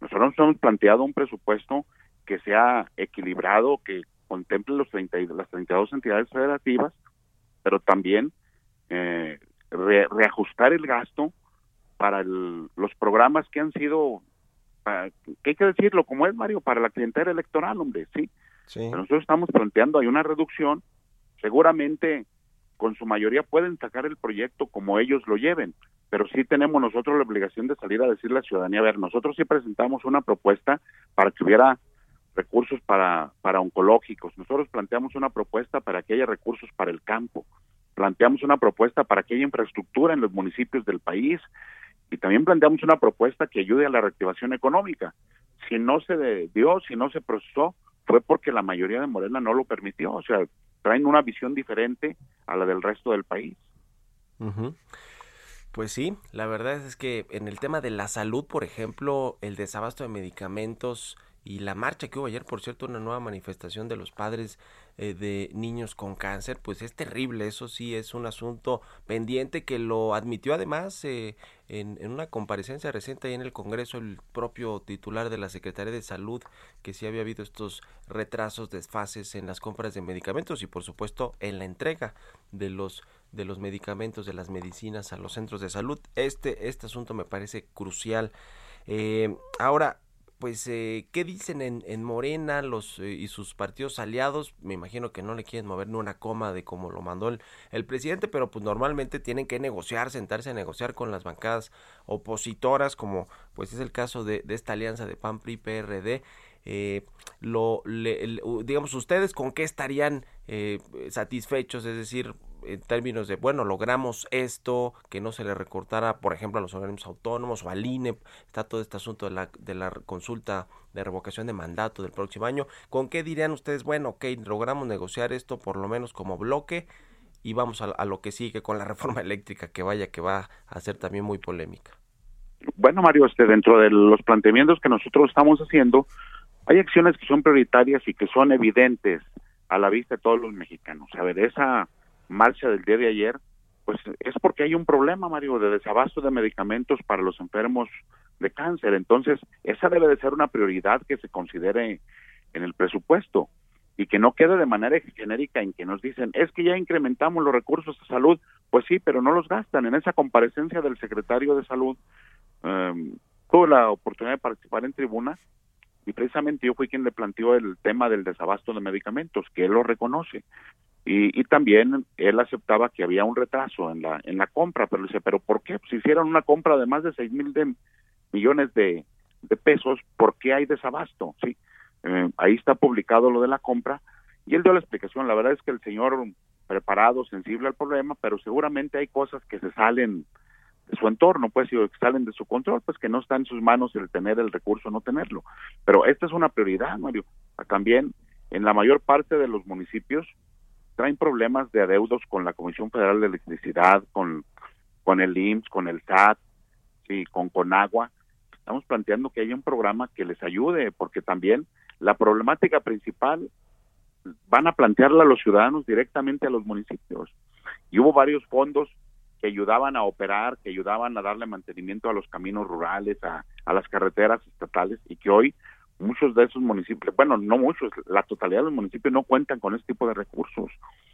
Nosotros hemos planteado un presupuesto que sea equilibrado, que contemple los treinta y, las treinta y dos entidades federativas, pero también eh, re, reajustar el gasto para el, los programas que han sido, para, que hay que decirlo como es, Mario, para la clientela electoral, hombre, sí. sí. Pero nosotros estamos planteando, hay una reducción, seguramente con su mayoría pueden sacar el proyecto como ellos lo lleven, pero sí tenemos nosotros la obligación de salir a decirle a la ciudadanía, a ver, nosotros sí presentamos una propuesta para que hubiera recursos para, para oncológicos, nosotros planteamos una propuesta para que haya recursos para el campo, planteamos una propuesta para que haya infraestructura en los municipios del país, y también planteamos una propuesta que ayude a la reactivación económica. Si no se dio, si no se procesó, fue porque la mayoría de Morena no lo permitió, o sea, traen una visión diferente a la del resto del país. Uh-huh. Pues sí, la verdad es que en el tema de la salud, por ejemplo, el desabasto de medicamentos y la marcha que hubo ayer, por cierto, una nueva manifestación de los padres eh, de niños con cáncer, pues es terrible. Eso sí es un asunto pendiente que lo admitió además eh, en, en una comparecencia reciente ahí en el Congreso el propio titular de la Secretaría de Salud, que sí había habido estos retrasos, desfases en las compras de medicamentos y por supuesto en la entrega de los de los medicamentos, de las medicinas a los centros de salud. Este, este asunto me parece crucial. Eh, ahora, pues, eh, ¿qué dicen en, en Morena los eh, y sus partidos aliados? Me imagino que no le quieren mover ni una coma de como lo mandó el, el presidente, pero pues normalmente tienen que negociar, sentarse a negociar con las bancadas opositoras, como pues es el caso de, de esta alianza de P A N, P R I, P R D. Eh, lo, le, le, digamos, ¿ustedes con qué estarían eh, satisfechos? Es decir, en términos de, bueno, logramos esto, que no se le recortara, por ejemplo, a los organismos autónomos o al I N E, está todo este asunto de la, de la consulta de revocación de mandato del próximo año. ¿Con qué dirían ustedes, bueno, ok, logramos negociar esto por lo menos como bloque y vamos a, a lo que sigue con la reforma eléctrica, que vaya que va a ser también muy polémica? Bueno, Mario, este, dentro de los planteamientos que nosotros estamos haciendo, hay acciones que son prioritarias y que son evidentes a la vista de todos los mexicanos. A ver, esa marcha del día de ayer, pues es porque hay un problema, Mario, de desabasto de medicamentos para los enfermos de cáncer. Entonces, esa debe de ser una prioridad que se considere en el presupuesto y que no quede de manera genérica en que nos dicen, es que ya incrementamos los recursos de salud. Pues sí, pero no los gastan. En esa comparecencia del secretario de Salud, um, tuve la oportunidad de participar en tribuna y precisamente yo fui quien le planteó el tema del desabasto de medicamentos, que él lo reconoce. Y, y también él aceptaba que había un retraso en la en la compra, pero dice, ¿pero por qué? Si hicieron una compra de más de seis mil de, millones de, de pesos, ¿por qué hay desabasto? Sí, eh, ahí está publicado lo de la compra, y él dio la explicación. La verdad es que el señor preparado, sensible al problema, pero seguramente hay cosas que se salen de su entorno, pues, y que salen de su control, pues que no está en sus manos el tener el recurso o no tenerlo. Pero esta es una prioridad, Mario. También en la mayor parte de los municipios traen problemas de adeudos con la Comisión Federal de Electricidad, con, con el I M S S, con el S A T, sí, con Conagua. Estamos planteando que haya un programa que les ayude, porque también la problemática principal van a plantearla a los ciudadanos directamente a los municipios. Y hubo varios fondos que ayudaban a operar, que ayudaban a darle mantenimiento a los caminos rurales, a, a las carreteras estatales, y que hoy muchos de esos municipios, bueno, no muchos, la totalidad de los municipios no cuentan con este tipo de recursos.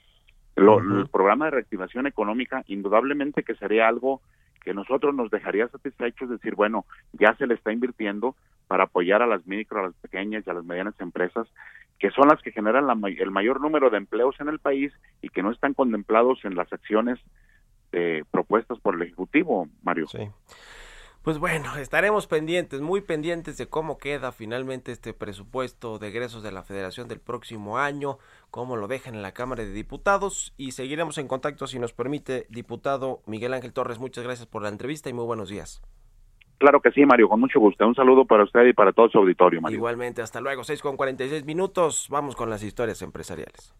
Lo, uh-huh. El programa de reactivación económica, indudablemente que sería algo que nosotros nos dejaría satisfechos, decir, bueno, ya se le está invirtiendo para apoyar a las micro, a las pequeñas y a las medianas empresas, que son las que generan la, el mayor número de empleos en el país y que no están contemplados en las acciones eh, propuestas por el Ejecutivo, Mario. Sí. Pues bueno, estaremos pendientes, muy pendientes de cómo queda finalmente este presupuesto de egresos de la Federación del próximo año, cómo lo dejan en la Cámara de Diputados, y seguiremos en contacto si nos permite. Diputado Miguel Ángel Torres, muchas gracias por la entrevista y muy buenos días. Claro que sí, Mario, con mucho gusto. Un saludo para usted y para todo su auditorio, Mario. Igualmente, hasta luego, seis con cuarenta y seis minutos, vamos con las historias empresariales.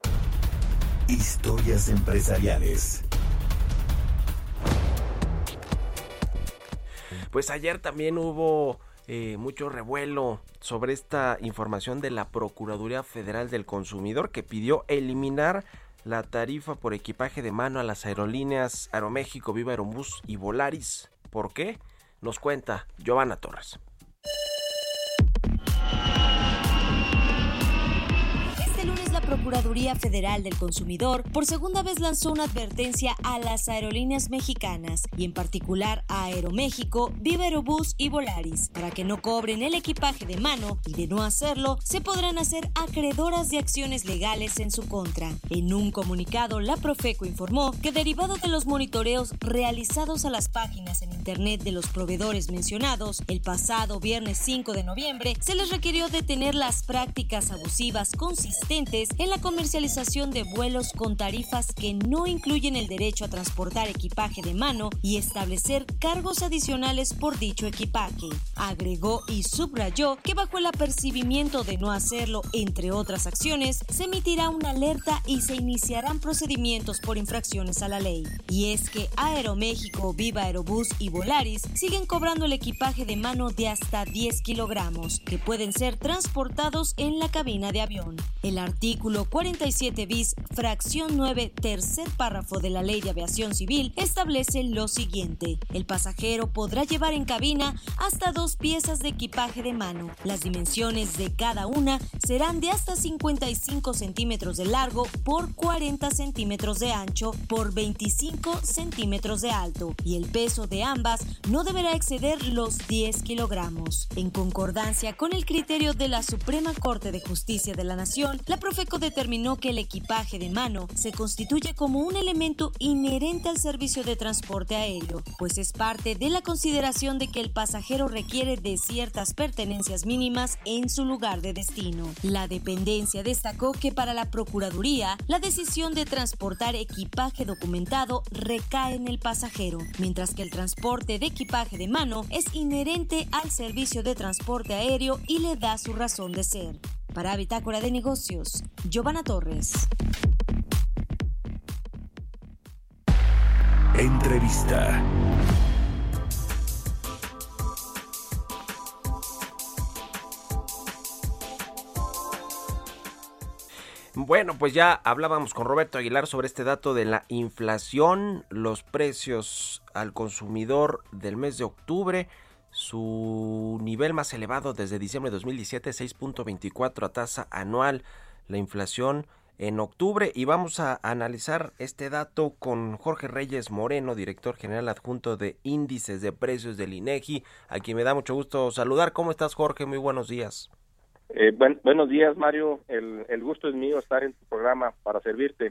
Historias empresariales. Pues ayer también hubo eh, mucho revuelo sobre esta información de la Procuraduría Federal del Consumidor, que pidió eliminar la tarifa por equipaje de mano a las aerolíneas Aeroméxico, Viva Aerobús y Volaris. ¿Por qué? Nos cuenta Giovanna Torres. Procuraduría Federal del Consumidor por segunda vez lanzó una advertencia a las aerolíneas mexicanas y en particular a Aeroméxico, Viva Aerobús y Volaris para que no cobren el equipaje de mano y de no hacerlo se podrán hacer acreedoras de acciones legales en su contra. En un comunicado, la Profeco informó que derivado de los monitoreos realizados a las páginas en internet de los proveedores mencionados, el pasado viernes cinco de noviembre se les requirió detener las prácticas abusivas consistentes en la comercialización de vuelos con tarifas que no incluyen el derecho a transportar equipaje de mano y establecer cargos adicionales por dicho equipaje. Agregó y subrayó que bajo el apercibimiento de no hacerlo, entre otras acciones, se emitirá una alerta y se iniciarán procedimientos por infracciones a la ley. Y es que Aeroméxico, Viva Aerobús y Volaris siguen cobrando el equipaje de mano de hasta diez kilogramos, que pueden ser transportados en la cabina de avión. El artículo cuarenta y siete bis, fracción nueve, tercer párrafo de la Ley de Aviación Civil establece lo siguiente: el pasajero podrá llevar en cabina hasta dos piezas de equipaje de mano. Las dimensiones de cada una serán de hasta cincuenta y cinco centímetros de largo por cuarenta centímetros de ancho por veinticinco centímetros de alto y el peso de ambas no deberá exceder los diez kilogramos. En concordancia con el criterio de la Suprema Corte de Justicia de la Nación, la Profeco determinó que el equipaje de mano se constituye como un elemento inherente al servicio de transporte aéreo, pues es parte de la consideración de que el pasajero requiere de ciertas pertenencias mínimas en su lugar de destino. La dependencia destacó que para la Procuraduría, la decisión de transportar equipaje documentado recae en el pasajero, mientras que el transporte de equipaje de mano es inherente al servicio de transporte aéreo y le da su razón de ser. Para Bitácora de Negocios, Giovanna Torres. Entrevista. Bueno, pues ya hablábamos con Roberto Aguilar sobre este dato de la inflación, los precios al consumidor del mes de octubre, su nivel más elevado desde diciembre de dos mil diecisiete, seis punto veinticuatro a tasa anual, la inflación en octubre, y vamos a analizar este dato con Jorge Reyes Moreno, director general adjunto de índices de precios del INEGI, a quien me da mucho gusto saludar. ¿Cómo estás, Jorge? Muy buenos días. Eh, buen, buenos días, Mario. El, el gusto es mío estar en tu programa para servirte.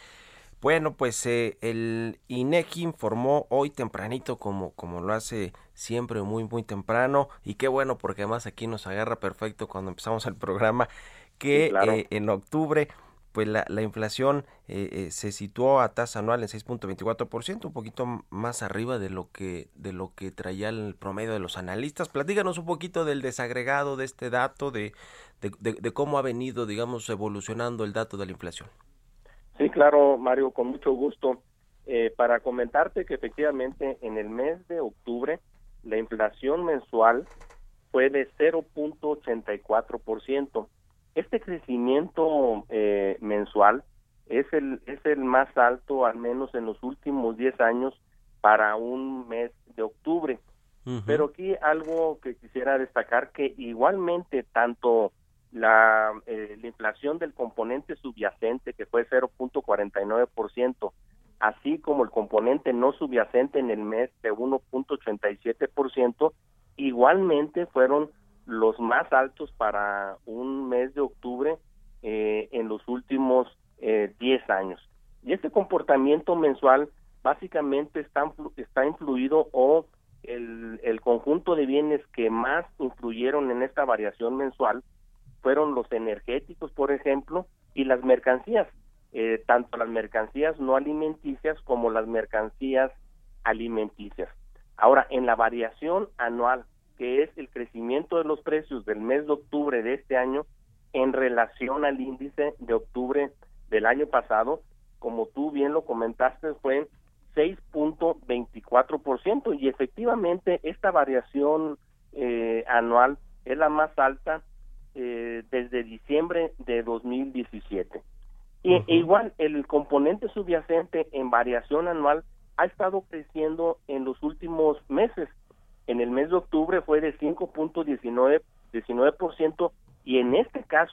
Bueno, pues eh, el INEGI informó hoy tempranito, como, como lo hace siempre muy, muy temprano, y qué bueno, porque además aquí nos agarra perfecto cuando empezamos el programa, que sí, claro. eh, en octubre pues la, la inflación eh, eh, se situó a tasa anual en seis punto veinticuatro por ciento, un poquito más arriba de lo que de lo que traía el promedio de los analistas. Platícanos un poquito del desagregado de este dato, de, de, de, de cómo ha venido, digamos, evolucionando el dato de la inflación. Sí, claro, Mario, con mucho gusto. Eh, para comentarte que efectivamente en el mes de octubre la inflación mensual fue de cero punto ochenta y cuatro por ciento. Este crecimiento eh, mensual es el es el más alto, al menos en los últimos diez años, para un mes de octubre. Uh-huh. Pero aquí algo que quisiera destacar, que igualmente tanto la, eh, la inflación del componente subyacente, que fue cero punto cuarenta y nueve por ciento, así como el componente no subyacente en el mes de uno punto ochenta y siete por ciento, igualmente fueron los más altos para un mes de octubre eh, en los últimos eh, diez años. Y este comportamiento mensual básicamente está, está influido, o el, el conjunto de bienes que más influyeron en esta variación mensual fueron los energéticos, por ejemplo, y las mercancías, eh, tanto las mercancías no alimenticias como las mercancías alimenticias. Ahora, en la variación anual, que es el crecimiento de los precios del mes de octubre de este año en relación al índice de octubre del año pasado, como tú bien lo comentaste, fue seis punto veinticuatro por ciento, y efectivamente esta variación eh, anual es la más alta eh, desde diciembre de dos mil diecisiete. Y uh-huh. igual el componente subyacente en variación anual ha estado creciendo en los últimos meses. En el mes de octubre fue de cinco punto diecinueve por ciento, y en este caso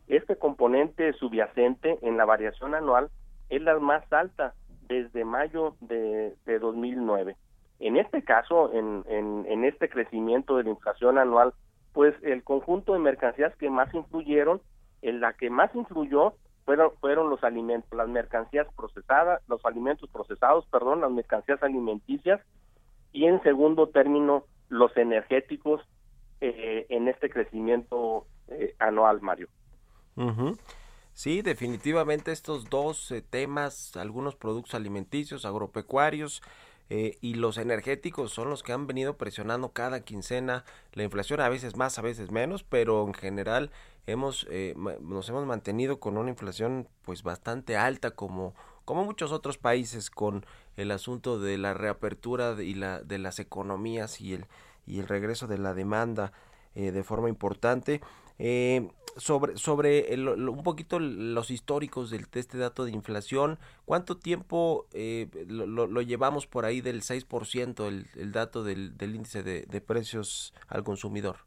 este componente subyacente en la variación anual es la más alta desde mayo de, de dos mil nueve. En este caso, en, en, en este crecimiento de la inflación anual, pues el conjunto de mercancías que más influyeron, en la que más influyó fueron, fueron los alimentos, las mercancías procesadas, los alimentos procesados, perdón, las mercancías alimenticias, y en segundo término, los energéticos eh, en este crecimiento eh, anual, Mario. Uh-huh. Sí, definitivamente estos dos eh, temas, algunos productos alimenticios, agropecuarios eh, y los energéticos son los que han venido presionando cada quincena la inflación, a veces más, a veces menos, pero en general hemos eh, nos hemos mantenido con una inflación pues bastante alta como como muchos otros países, con el asunto de la reapertura de, y la de las economías y el y el regreso de la demanda eh, de forma importante. Eh, sobre sobre el, un poquito los históricos del, de este dato de inflación, ¿cuánto tiempo eh, lo, lo llevamos por ahí del seis por ciento el, el dato del, del índice de, de precios al consumidor?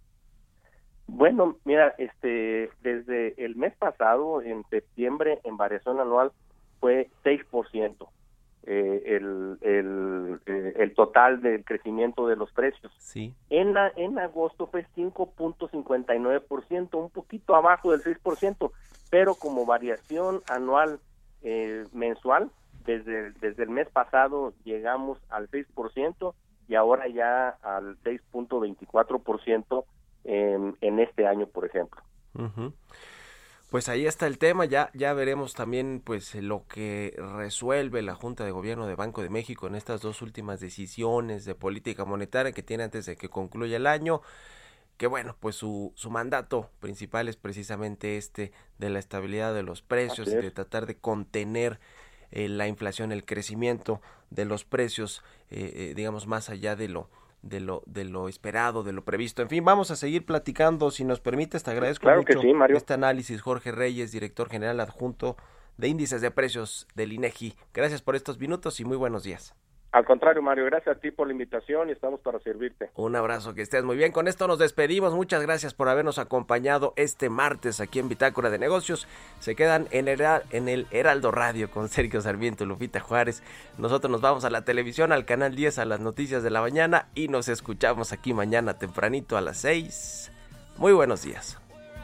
Bueno, mira, este desde el mes pasado, en septiembre, en variación anual, fue seis por ciento eh, el, el, eh, el total del crecimiento de los precios. Sí. En, la, en agosto fue cinco punto cincuenta y nueve por ciento, un poquito abajo del seis por ciento, pero como variación anual eh, mensual, desde, desde el mes pasado llegamos al seis por ciento y ahora ya al seis punto veinticuatro por ciento en, en este año, por ejemplo. Uh-huh. Pues ahí está el tema, ya ya veremos también pues lo que resuelve la Junta de Gobierno de Banco de México en estas dos últimas decisiones de política monetaria que tiene antes de que concluya el año, que bueno, pues su, su mandato principal es precisamente este de la estabilidad de los precios y de tratar de contener eh, la inflación, el crecimiento de los precios, eh, eh, digamos más allá de lo de lo de lo esperado, de lo previsto. En fin, vamos a seguir platicando, si nos permites. Te agradezco claro mucho que sí, Mario. Este análisis. Jorge Reyes, director general adjunto de índices de precios del INEGI. Gracias por estos minutos y muy buenos días. Al contrario, Mario, gracias a ti por la invitación y estamos para servirte. Un abrazo, que estés muy bien. Con esto nos despedimos. Muchas gracias por habernos acompañado este martes aquí en Bitácora de Negocios. Se quedan en el, en el Heraldo Radio con Sergio Sarmiento y Lupita Juárez. Nosotros nos vamos a la televisión, al canal diez, a las noticias de la mañana, y nos escuchamos aquí mañana tempranito a las seis. Muy buenos días.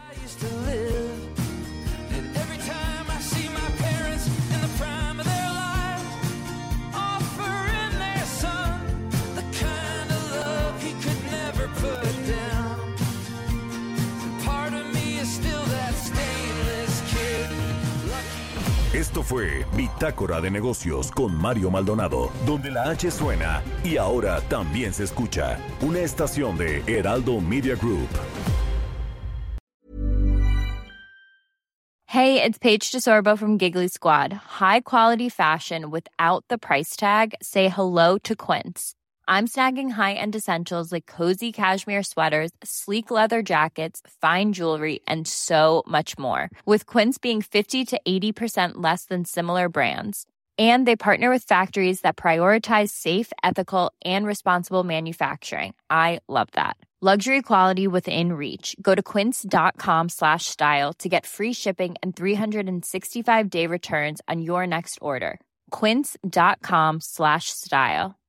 Esto fue Bitácora de Negocios con Mario Maldonado, donde la H suena y ahora también se escucha. Una estación de Heraldo Media Group. Hey, it's Paige DeSorbo from Giggly Squad. High quality fashion without the price tag. Say hello to Quince. I'm snagging high-end essentials like cozy cashmere sweaters, sleek leather jackets, fine jewelry, and so much more. With Quince being fifty to eighty percent less than similar brands. And they partner with factories that prioritize safe, ethical, and responsible manufacturing. I love that. Luxury quality within reach. Go to quince.com slash style to get free shipping and three sixty-five day returns on your next order. Quince.com slash style.